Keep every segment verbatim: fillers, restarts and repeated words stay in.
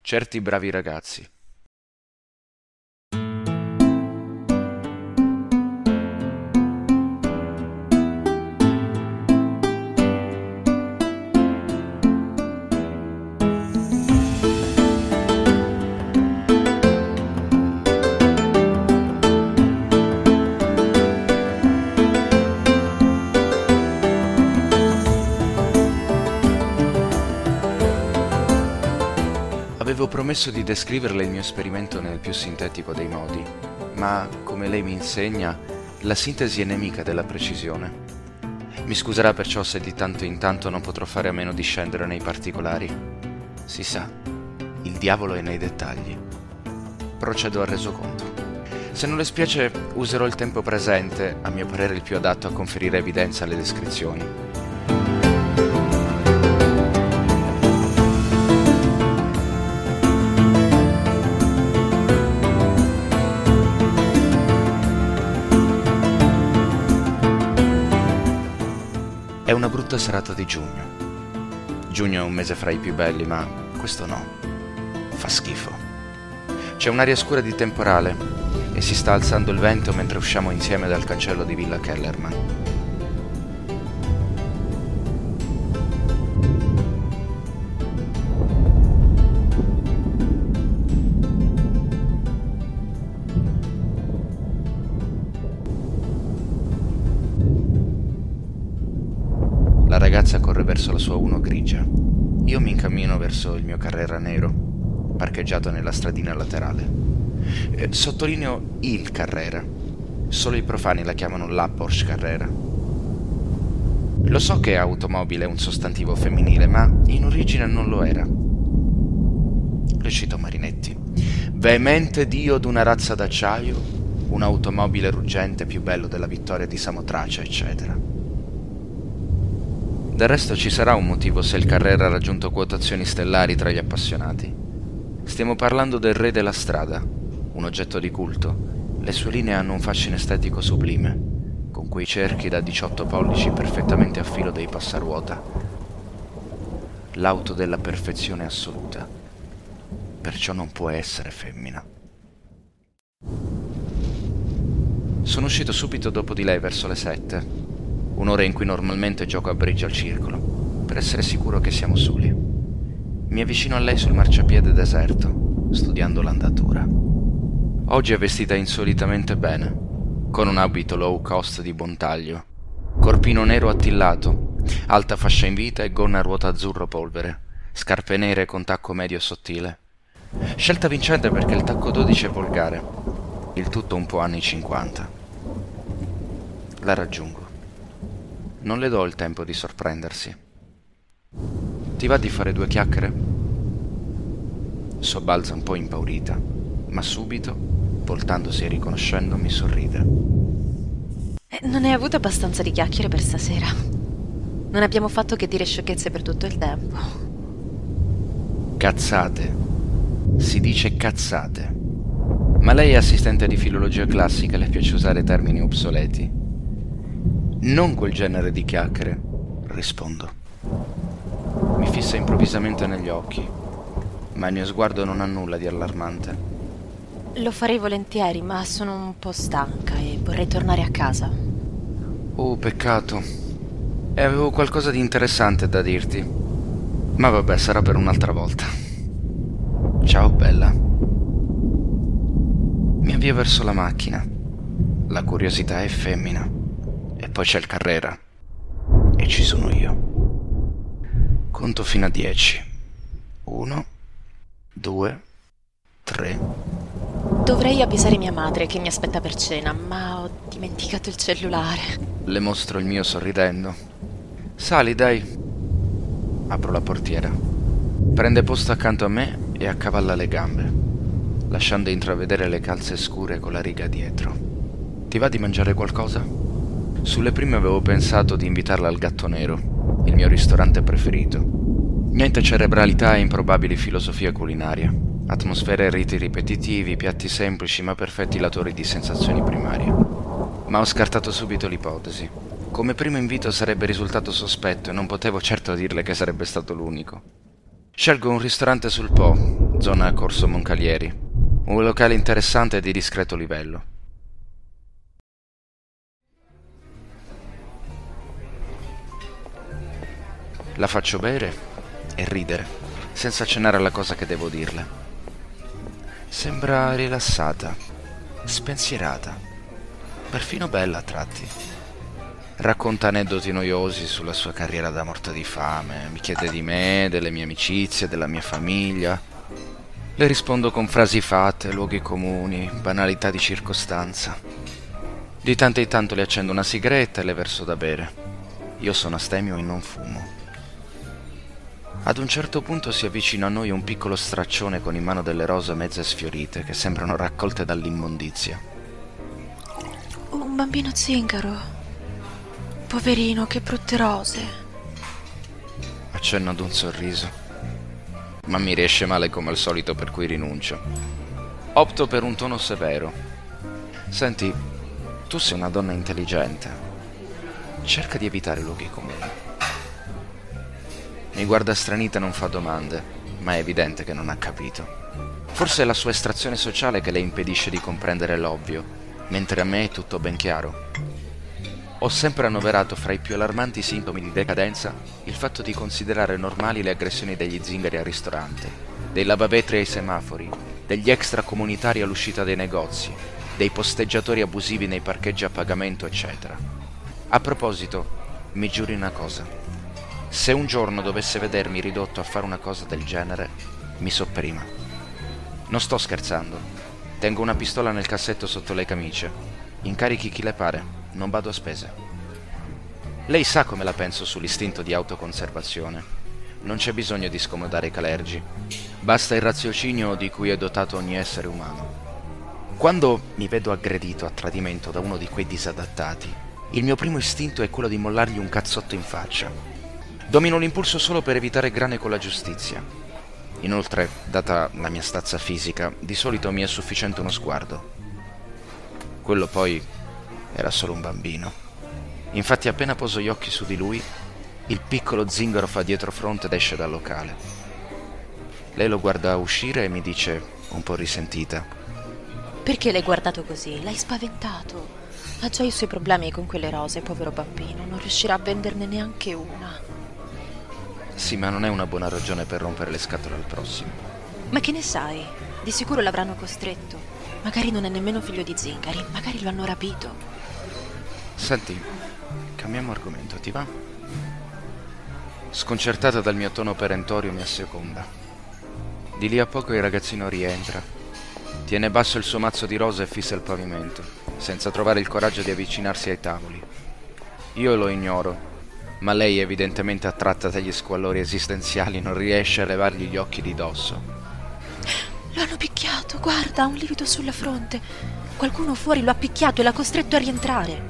Certi bravi ragazzi. Avevo promesso di descriverle il mio esperimento nel più sintetico dei modi, ma, come lei mi insegna, la sintesi è nemica della precisione. Mi scuserà perciò se di tanto in tanto non potrò fare a meno di scendere nei particolari. Si sa, il diavolo è nei dettagli. Procedo al resoconto. Se non le spiace, userò il tempo presente, a mio parere il più adatto a conferire evidenza alle descrizioni. È una brutta serata di giugno. Giugno è un mese fra i più belli, ma questo no. Fa schifo. C'è un'aria scura di temporale e si sta alzando il vento mentre usciamo insieme dal cancello di Villa Kellerman. La ragazza corre verso la sua uno grigia. Io mi incammino verso il mio Carrera nero, parcheggiato nella stradina laterale. Eh, sottolineo il Carrera. Solo i profani la chiamano la Porsche Carrera. Lo so che automobile è un sostantivo femminile, ma in origine non lo era. Le cito Marinetti. Veemente dio d'una razza d'acciaio, un'automobile ruggente più bello della vittoria di Samotracia, eccetera. Del resto ci sarà un motivo se il Carrera ha raggiunto quotazioni stellari tra gli appassionati. Stiamo parlando del re della strada, un oggetto di culto. Le sue linee hanno un fascino estetico sublime, con quei cerchi da diciotto pollici perfettamente a filo dei passaruota. L'auto della perfezione assoluta, perciò non può essere femmina. Sono uscito subito dopo di lei verso le sette. Un'ora in cui normalmente gioco a bridge al circolo, per essere sicuro che siamo soli. Mi avvicino a lei sul marciapiede deserto, studiando l'andatura. Oggi è vestita insolitamente bene, con un abito low cost di buon taglio, corpino nero attillato, alta fascia in vita e gonna a ruota azzurro polvere, scarpe nere con tacco medio sottile. Scelta vincente perché il tacco dodici è volgare, il tutto un po' anni cinquanta. La raggiungo. Non le do il tempo di sorprendersi. Ti va di fare due chiacchiere? Sobbalza un po' impaurita, ma subito, voltandosi e riconoscendo, mi sorride. Eh, non hai avuto abbastanza di chiacchiere per stasera. Non abbiamo fatto che dire sciocchezze per tutto il tempo. Cazzate. Si dice cazzate. Ma lei è assistente di filologia classica e le piace usare termini obsoleti. Non quel genere di chiacchiere, rispondo. Mi fissa improvvisamente negli occhi, ma il mio sguardo non ha nulla di allarmante. Lo farei volentieri, ma sono un po' stanca e vorrei tornare a casa. Oh, peccato. E avevo qualcosa di interessante da dirti. Ma vabbè, sarà per un'altra volta. Ciao, bella. Mi avvio verso la macchina. La curiosità è femmina. E poi c'è il Carrera. E ci sono io. Conto fino a dieci. Uno, due, tre. Dovrei avvisare mia madre che mi aspetta per cena, ma ho dimenticato il cellulare. Le mostro il mio sorridendo. Sali, dai. Apro la portiera. Prende posto accanto a me e accavalla le gambe, lasciando intravedere le calze scure con la riga dietro. Ti va di mangiare qualcosa? Sulle prime avevo pensato di invitarla al Gatto Nero, il mio ristorante preferito. Niente cerebralità e improbabili filosofia culinaria, atmosfere e riti ripetitivi, piatti semplici ma perfetti latori di sensazioni primarie. Ma ho scartato subito l'ipotesi. Come primo invito sarebbe risultato sospetto e non potevo certo dirle che sarebbe stato l'unico. Scelgo un ristorante sul Po, zona Corso Moncalieri, un locale interessante e di discreto livello. La faccio bere e ridere, senza accennare alla cosa che devo dirle. Sembra rilassata, spensierata, perfino bella a tratti. Racconta aneddoti noiosi sulla sua carriera da morta di fame, mi chiede di me, delle mie amicizie, della mia famiglia. Le rispondo con frasi fatte, luoghi comuni, banalità di circostanza. Di tanto in tanto le accendo una sigaretta e le verso da bere. Io sono astemio e non fumo. Ad un certo punto si avvicina a noi un piccolo straccione con in mano delle rose mezze sfiorite che sembrano raccolte dall'immondizia. Un bambino zingaro. Poverino, che brutte rose. Accenno ad un sorriso, ma mi riesce male come al solito, per cui rinuncio. Opto per un tono severo. Senti, tu sei una donna intelligente. Cerca di evitare luoghi comuni. Mi guarda stranita e non fa domande, ma è evidente che non ha capito. Forse è la sua estrazione sociale che le impedisce di comprendere l'ovvio, mentre a me è tutto ben chiaro. Ho sempre annoverato fra i più allarmanti sintomi di decadenza il fatto di considerare normali le aggressioni degli zingari al ristorante, dei lavavetri ai semafori, degli extracomunitari all'uscita dei negozi, dei posteggiatori abusivi nei parcheggi a pagamento, eccetera. A proposito, mi giuri una cosa: se un giorno dovesse vedermi ridotto a fare una cosa del genere, mi sopprima. Non sto scherzando. Tengo una pistola nel cassetto sotto le camicie. Incarichi chi le pare. Non vado a spese. Lei sa come la penso sull'istinto di autoconservazione. Non c'è bisogno di scomodare i calergi. Basta il raziocinio di cui è dotato ogni essere umano. Quando mi vedo aggredito a tradimento da uno di quei disadattati, il mio primo istinto è quello di mollargli un cazzotto in faccia. Domino l'impulso solo per evitare grane con la giustizia. Inoltre, data la mia stazza fisica, di solito mi è sufficiente uno sguardo. Quello poi era solo un bambino. Infatti appena poso gli occhi su di lui, il piccolo zingaro fa dietrofront ed esce dal locale. Lei lo guarda uscire e mi dice, un po' risentita: Perché l'hai guardato così? L'hai spaventato. Ha già i suoi problemi con quelle rose, povero bambino. Non riuscirà a venderne neanche una. Sì, ma non è una buona ragione per rompere le scatole al prossimo. Ma che ne sai? Di sicuro l'avranno costretto. Magari non è nemmeno figlio di zingari. Magari lo hanno rapito. Senti, cambiamo argomento, ti va? Sconcertata dal mio tono perentorio mi asseconda. Di lì a poco il ragazzino rientra. Tiene basso il suo mazzo di rose e fissa il pavimento, senza trovare il coraggio di avvicinarsi ai tavoli. Io lo ignoro, ma lei, evidentemente attratta dagli squallori esistenziali, non riesce a levargli gli occhi di dosso. Lo hanno picchiato, guarda, ha un livido sulla fronte. Qualcuno fuori lo ha picchiato e l'ha costretto a rientrare.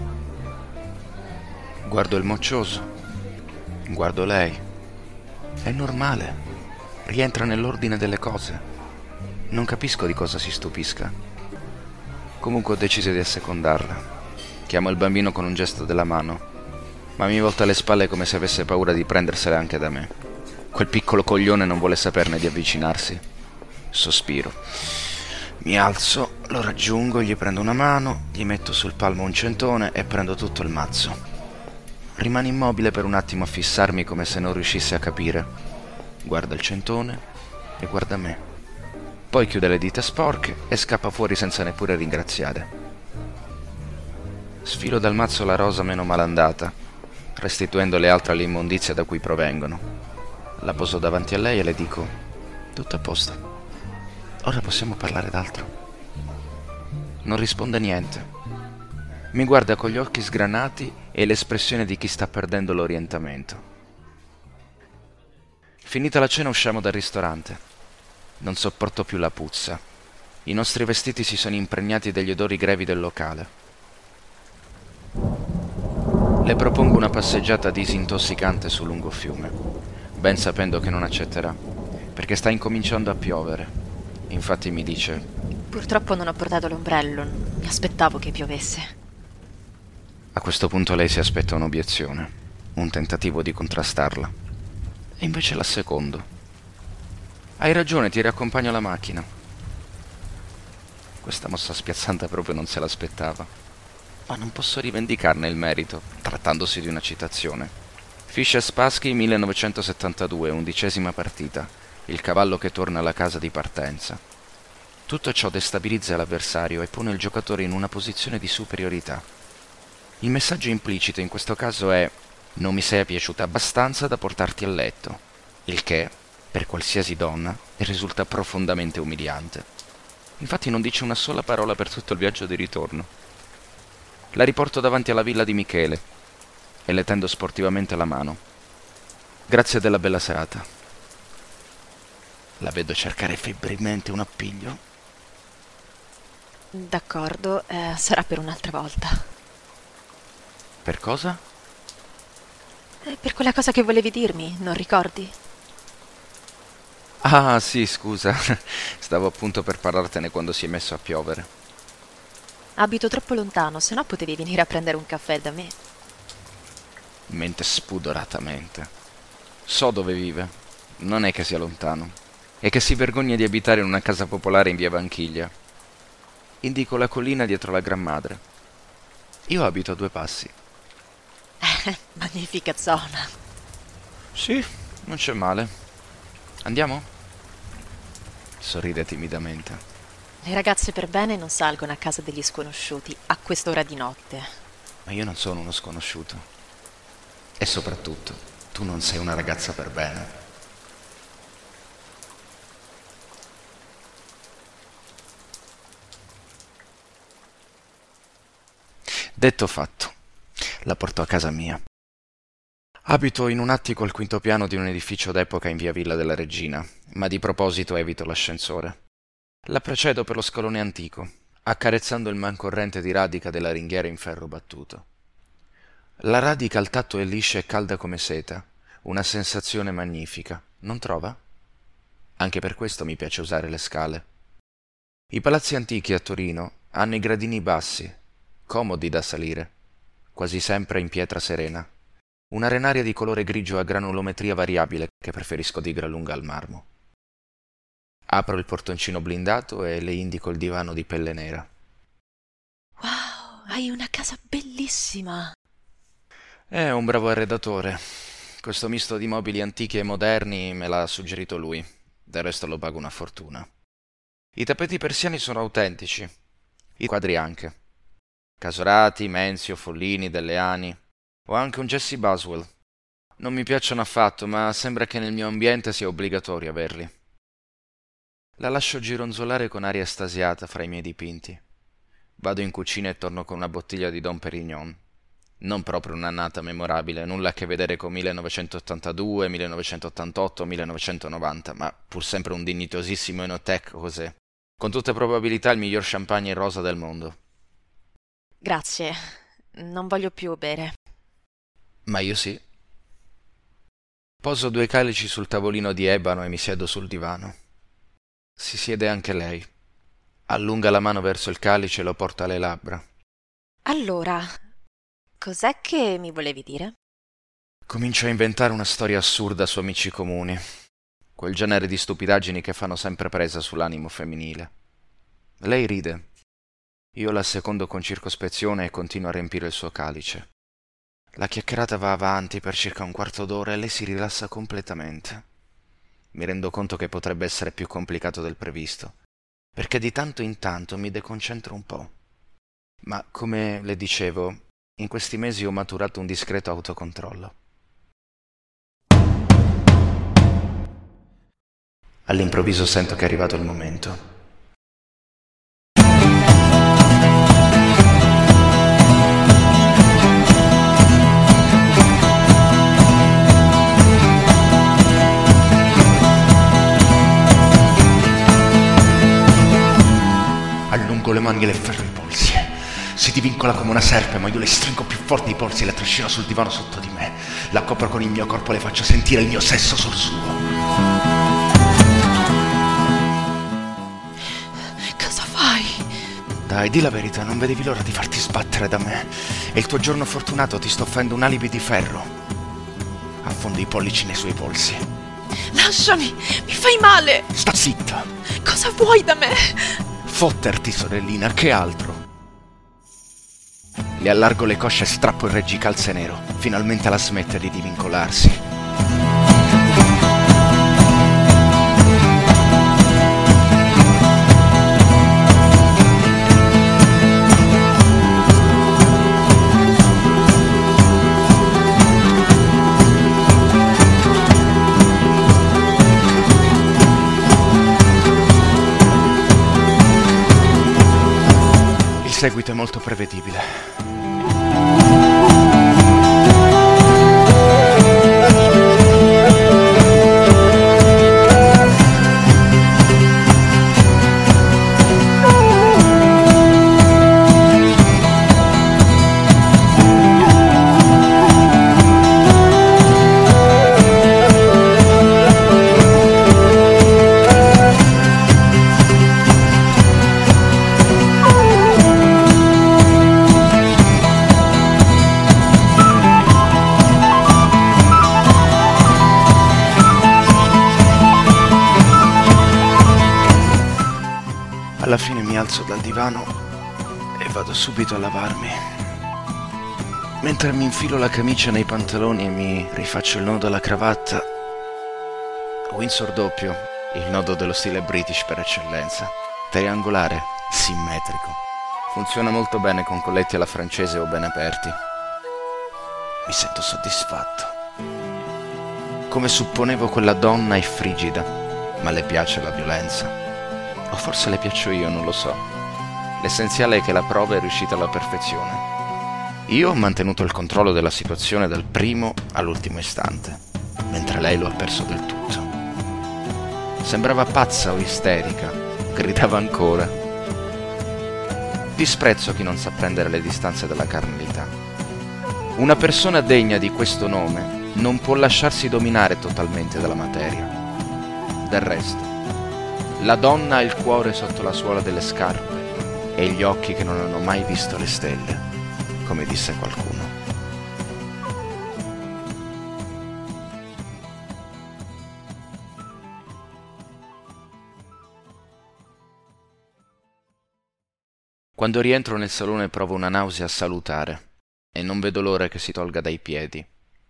Guardo il moccioso, guardo lei. È normale, rientra nell'ordine delle cose. Non capisco di cosa si stupisca. Comunque ho deciso di assecondarla. Chiamo il bambino con un gesto della mano, ma mi volta le spalle come se avesse paura di prendersela anche da me. Quel piccolo coglione non vuole saperne di avvicinarsi. Sospiro. Mi alzo, lo raggiungo, gli prendo una mano, gli metto sul palmo un centone e prendo tutto il mazzo. Rimane immobile per un attimo a fissarmi come se non riuscisse a capire. Guarda il centone e guarda me. Poi chiude le dita sporche e scappa fuori senza neppure ringraziare. Sfilo dal mazzo la rosa meno malandata, restituendo le altre all'immondizia da cui provengono. La poso davanti a lei e le dico: tutto a posto. Ora possiamo parlare d'altro. Non risponde niente. Mi guarda con gli occhi sgranati e l'espressione di chi sta perdendo l'orientamento. Finita la cena usciamo dal ristorante. Non sopporto più la puzza. I nostri vestiti si sono impregnati degli odori grevi del locale. Le propongo una passeggiata disintossicante sul lungo fiume, ben sapendo che non accetterà, perché sta incominciando a piovere. Infatti mi dice: Purtroppo non ho portato l'ombrello, mi aspettavo che piovesse. A questo punto lei si aspetta un'obiezione, un tentativo di contrastarla. E invece la secondo. Hai ragione, ti riaccompagno alla macchina. Questa mossa spiazzante proprio non se l'aspettava. Ma non posso rivendicarne il merito, trattandosi di una citazione. Fish e Spassky, millenovecentosettantadue, undicesima partita. Il cavallo che torna alla casa di partenza. Tutto ciò destabilizza l'avversario e pone il giocatore in una posizione di superiorità. Il messaggio implicito in questo caso è: non mi sei piaciuta abbastanza da portarti a letto, il che, per qualsiasi donna, risulta profondamente umiliante. Infatti non dice una sola parola per tutto il viaggio di ritorno. La riporto davanti alla villa di Michele e le tendo sportivamente la mano. Grazie della bella serata. La vedo cercare febbrilmente un appiglio. D'accordo, eh, sarà per un'altra volta. Per cosa? Eh, per quella cosa che volevi dirmi, non ricordi? Ah, sì, scusa. Stavo appunto per parlartene quando si è messo a piovere. Abito troppo lontano, se no potevi venire a prendere un caffè da me. Mente spudoratamente. So dove vive. Non è che sia lontano. È che si vergogna di abitare in una casa popolare in via Vanchiglia. Indico la collina dietro la Gran Madre. Io abito a due passi. Eh, magnifica zona. Sì, non c'è male. Andiamo? Sorride timidamente. Le ragazze per bene non salgono a casa degli sconosciuti a quest'ora di notte. Ma io non sono uno sconosciuto. E soprattutto, tu non sei una ragazza per bene. Detto fatto, la porto a casa mia. Abito in un attico al quinto piano di un edificio d'epoca in via Villa della Regina, ma di proposito evito l'ascensore. La precedo per lo scalone antico, accarezzando il mancorrente di radica della ringhiera in ferro battuto. La radica al tatto è liscia e calda come seta, una sensazione magnifica, non trova? Anche per questo mi piace usare le scale. I palazzi antichi a Torino hanno i gradini bassi, comodi da salire, quasi sempre in pietra serena. Un'arenaria di colore grigio a granulometria variabile che preferisco di gran lunga al marmo. Apro il portoncino blindato e le indico il divano di pelle nera. Wow, hai una casa bellissima! È un bravo arredatore. Questo misto di mobili antichi e moderni me l'ha suggerito lui. Del resto lo pago una fortuna. I tappeti persiani sono autentici. I quadri anche. Casorati, Menzio, Follini, Delleani. Ho anche un Jesse Boswell. Non mi piacciono affatto, ma sembra che nel mio ambiente sia obbligatorio averli. La lascio gironzolare con aria estasiata fra i miei dipinti. Vado in cucina e torno con una bottiglia di Dom Pérignon. Non proprio un'annata memorabile, nulla a che vedere con millenovecentottantadue, millenovecentottantotto, millenovecentonovanta, ma pur sempre un dignitosissimo Enoteck José. Con tutta probabilità il miglior champagne in rosa del mondo. Grazie, non voglio più bere. Ma io sì. Poso due calici sul tavolino di ebano e mi siedo sul divano. Si siede anche lei. Allunga la mano verso il calice e lo porta alle labbra. Allora, cos'è che mi volevi dire? Comincio a inventare una storia assurda su amici comuni. Quel genere di stupidaggini che fanno sempre presa sull'animo femminile. Lei ride. Io la secondo con circospezione e continuo a riempire il suo calice. La chiacchierata va avanti per circa un quarto d'ora e lei si rilassa completamente. Mi rendo conto che potrebbe essere più complicato del previsto, perché di tanto in tanto mi deconcentro un po'. Ma, come le dicevo, in questi mesi ho maturato un discreto autocontrollo. All'improvviso sento che è arrivato il momento. Allungo le mani e le ferro i polsi. Si divincola come una serpe, ma io le stringo più forte i polsi e la trascino sul divano sotto di me. La copro con il mio corpo e le faccio sentire il mio sesso sul suo. Cosa fai? Dai, di la verità, non vedevi l'ora di farti sbattere da me. È il tuo giorno fortunato, ti sto offrendo un alibi di ferro. Affondo i pollici nei suoi polsi. lasciami, mi fai male. Sta zitta. Cosa vuoi da me? Fotterti, sorellina, che altro? Le allargo le cosce e strappo il reggicalze nero. Finalmente la smette di divincolarsi. Il seguito è molto prevedibile. Alla fine mi alzo dal divano e vado subito a lavarmi. Mentre mi infilo la camicia nei pantaloni e mi rifaccio il nodo alla cravatta, Windsor doppio, il nodo dello stile British per eccellenza, triangolare, simmetrico. Funziona molto bene con colletti alla francese o ben aperti. Mi sento soddisfatto. Come supponevo, quella donna è frigida, ma le piace la violenza. O forse le piaccio io, non lo so. L'essenziale è che la prova è riuscita alla perfezione. Io ho mantenuto il controllo della situazione dal primo all'ultimo istante, mentre lei lo ha perso del tutto. Sembrava pazza o isterica, gridava ancora. Disprezzo chi non sa prendere le distanze dalla carnalità. Una persona degna di questo nome non può lasciarsi dominare totalmente dalla materia. Del resto, la donna ha il cuore sotto la suola delle scarpe e gli occhi che non hanno mai visto le stelle, come disse qualcuno. Quando rientro nel salone provo una nausea salutare e non vedo l'ora che si tolga dai piedi.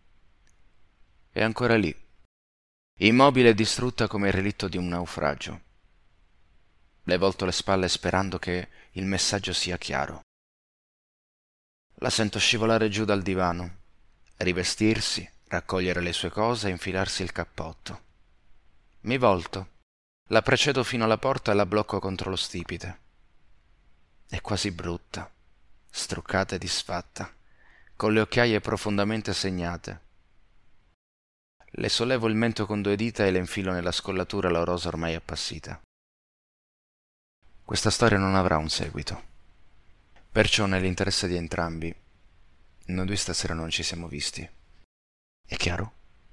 È ancora lì, immobile e distrutta come il relitto di un naufragio. Le volto le spalle sperando che il messaggio sia chiaro. La sento scivolare giù dal divano, rivestirsi, raccogliere le sue cose e infilarsi il cappotto. Mi volto, la precedo fino alla porta e la blocco contro lo stipite. È quasi brutta, struccata e disfatta, con le occhiaie profondamente segnate. Le sollevo il mento con due dita e le infilo nella scollatura la rosa ormai appassita. Questa storia non avrà un seguito. Perciò, nell'interesse di entrambi, noi due stasera non ci siamo visti. È chiaro?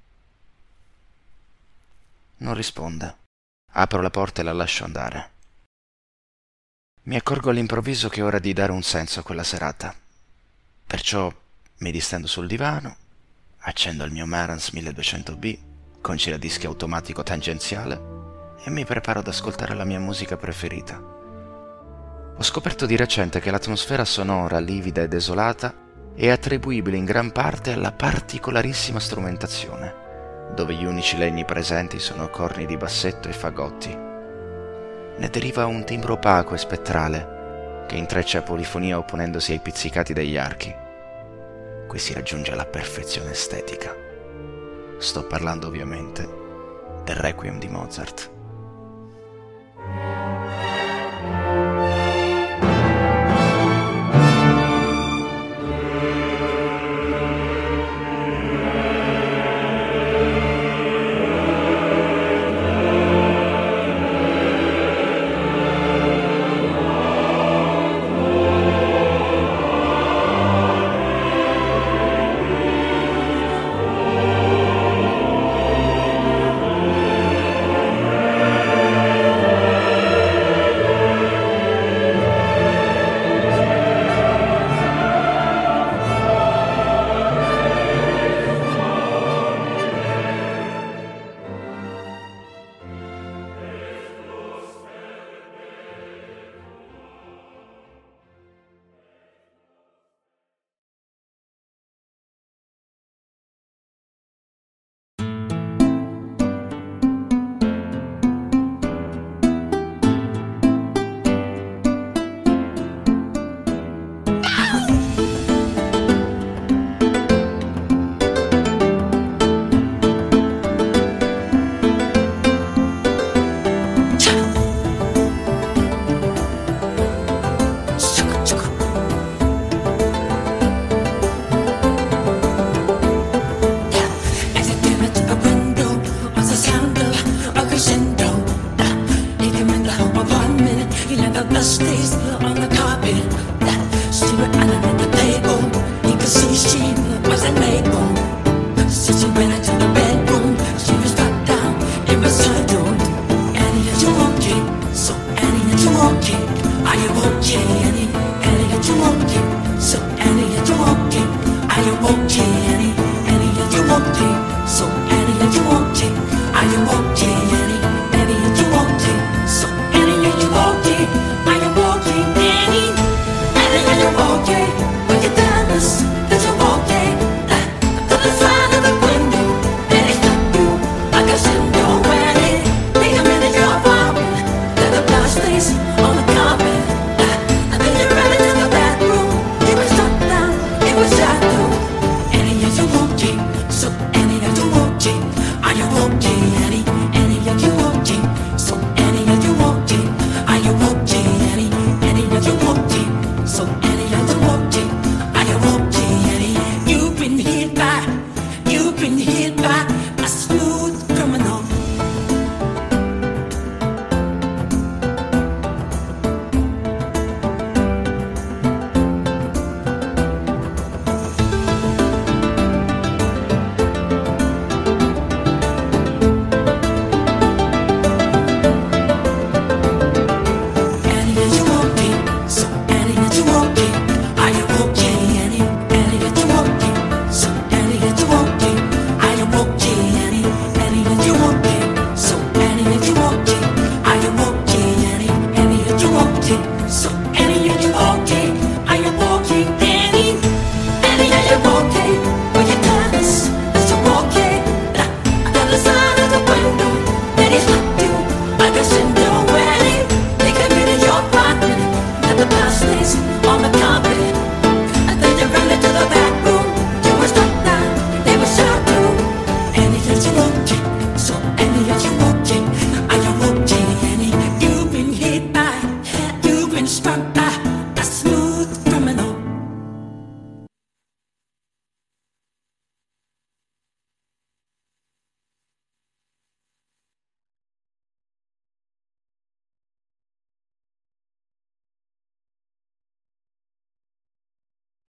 Non risponde. Apro la porta e la lascio andare. Mi accorgo all'improvviso che è ora di dare un senso a quella serata. Perciò mi distendo sul divano, accendo il mio Marantz milleduecento B con giradischi automatico tangenziale e mi preparo ad ascoltare la mia musica preferita. Ho scoperto di recente che l'atmosfera sonora, livida e desolata, è attribuibile in gran parte alla particolarissima strumentazione, dove gli unici legni presenti sono corni di bassetto e fagotti. Ne deriva un timbro opaco e spettrale, che intreccia polifonia opponendosi ai pizzicati degli archi. Qui si raggiunge la perfezione estetica. Sto parlando ovviamente del Requiem di Mozart. la stella